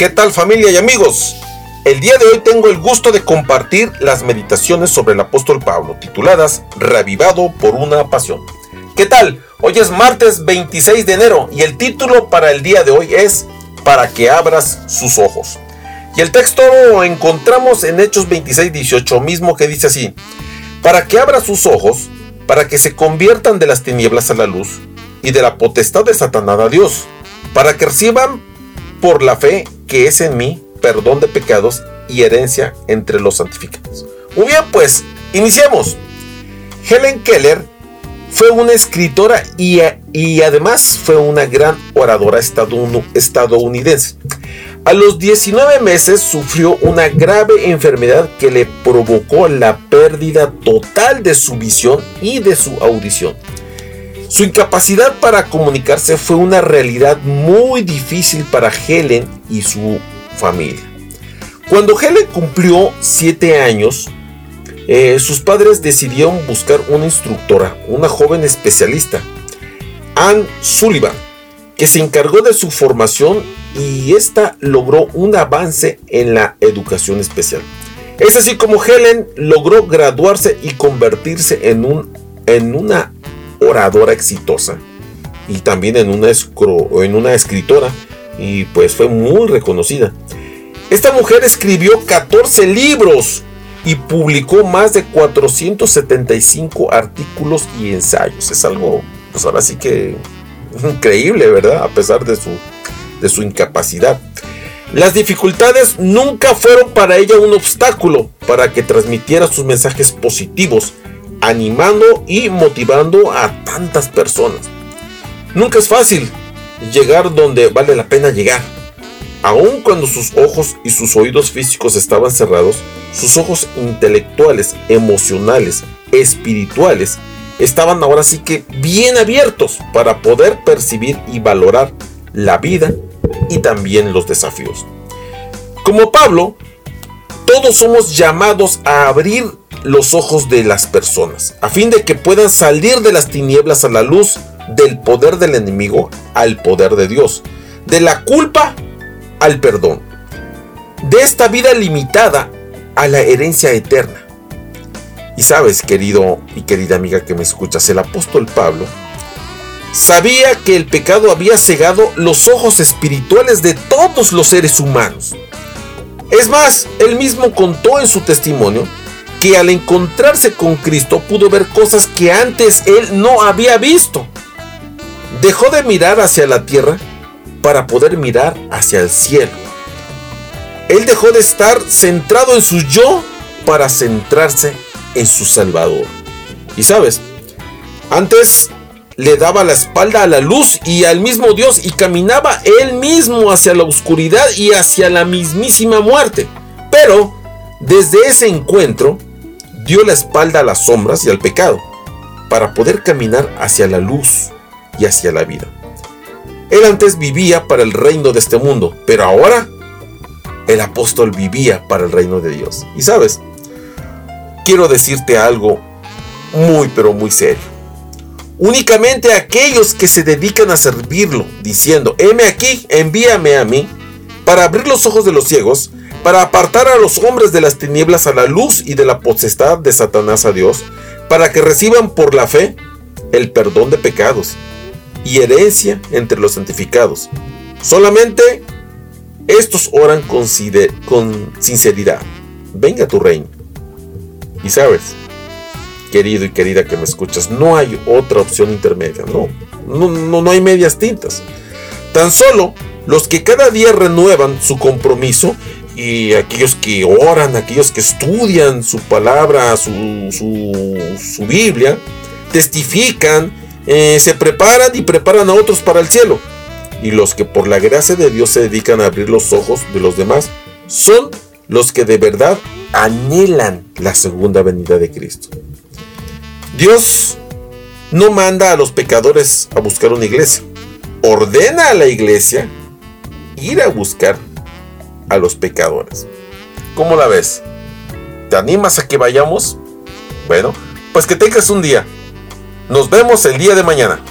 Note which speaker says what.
Speaker 1: ¿Qué tal, familia y amigos? El día de hoy tengo el gusto de compartir las meditaciones sobre el apóstol Pablo, tituladas Reavivado por una pasión. ¿Qué tal? Hoy es martes 26 de enero y el título para el día de hoy es Para que abras sus ojos. Y el texto lo encontramos en Hechos 26:18 mismo, que dice así: para que abras sus ojos, para que se conviertan de las tinieblas a la luz y de la potestad de Satanás a Dios, para que reciban por la fe que es en mí perdón de pecados y herencia entre los santificados. Muy bien, pues, iniciemos. Helen Keller fue una escritora y además fue una gran oradora estadounidense. A los 19 meses sufrió una grave enfermedad que le provocó la pérdida total de su visión y de su audición. Su incapacidad para comunicarse fue una realidad muy difícil para Helen y su familia. Cuando Helen cumplió 7 años, sus padres decidieron buscar una instructora, una joven especialista, Anne Sullivan, que se encargó de su formación y esta logró un avance en la educación especial. Es así como Helen logró graduarse y convertirse en una oradora exitosa y también en una escritora, y pues fue muy reconocida. Esta mujer escribió 14 libros y publicó más de 475 artículos y ensayos. Es algo, pues ahora sí que increíble, ¿verdad? A pesar de su incapacidad. Las dificultades nunca fueron para ella un obstáculo para que transmitiera sus mensajes positivos, animando y motivando a tantas personas. Nunca es fácil llegar donde vale la pena llegar. Aun cuando sus ojos y sus oídos físicos estaban cerrados, sus ojos intelectuales, emocionales, espirituales, estaban ahora sí que bien abiertos para poder percibir y valorar la vida y también los desafíos. Como Pablo, todos somos llamados a abrir los ojos de las personas, a fin de que puedan salir de las tinieblas a la luz, del poder del enemigo al poder de Dios, de la culpa al perdón, de esta vida limitada a la herencia eterna. Y sabes, querido y querida amiga que me escuchas, el apóstol Pablo sabía que el pecado había cegado los ojos espirituales de todos los seres humanos. Es más, él mismo contó en su testimonio que al encontrarse con Cristo pudo ver cosas que antes él no había visto. Dejó de mirar hacia la tierra para poder mirar hacia el cielo. Él dejó de estar centrado en su yo para centrarse en su Salvador. Y sabes, antes le daba la espalda a la luz y al mismo Dios y caminaba él mismo hacia la oscuridad y hacia la mismísima muerte. Pero desde ese encuentro dio la espalda a las sombras y al pecado para poder caminar hacia la luz y hacia la vida. Él antes vivía para el reino de este mundo, pero ahora el apóstol vivía para el reino de Dios. Y sabes, quiero decirte algo muy pero muy serio. Únicamente aquellos que se dedican a servirlo, diciendo: heme aquí, envíame a mí, para abrir los ojos de los ciegos, para apartar a los hombres de las tinieblas a la luz y de la potestad de Satanás a Dios, para que reciban por la fe el perdón de pecados y herencia entre los santificados. Solamente estos oran con sinceridad. Venga tu reino. Y sabes, querido y querida que me escuchas, no hay otra opción intermedia. No hay medias tintas. Tan solo los que cada día renuevan su compromiso, y aquellos que oran, aquellos que estudian su palabra, su Biblia, testifican, se preparan y preparan a otros para el cielo. Y los que por la gracia de Dios se dedican a abrir los ojos de los demás son los que de verdad anhelan la segunda venida de Cristo. Dios no manda a los pecadores a buscar una iglesia. Ordena a la iglesia ir a buscar a los pecadores. ¿Cómo la ves? ¿Te animas a que vayamos? Bueno, pues que tengas un día. Nos vemos el día de mañana.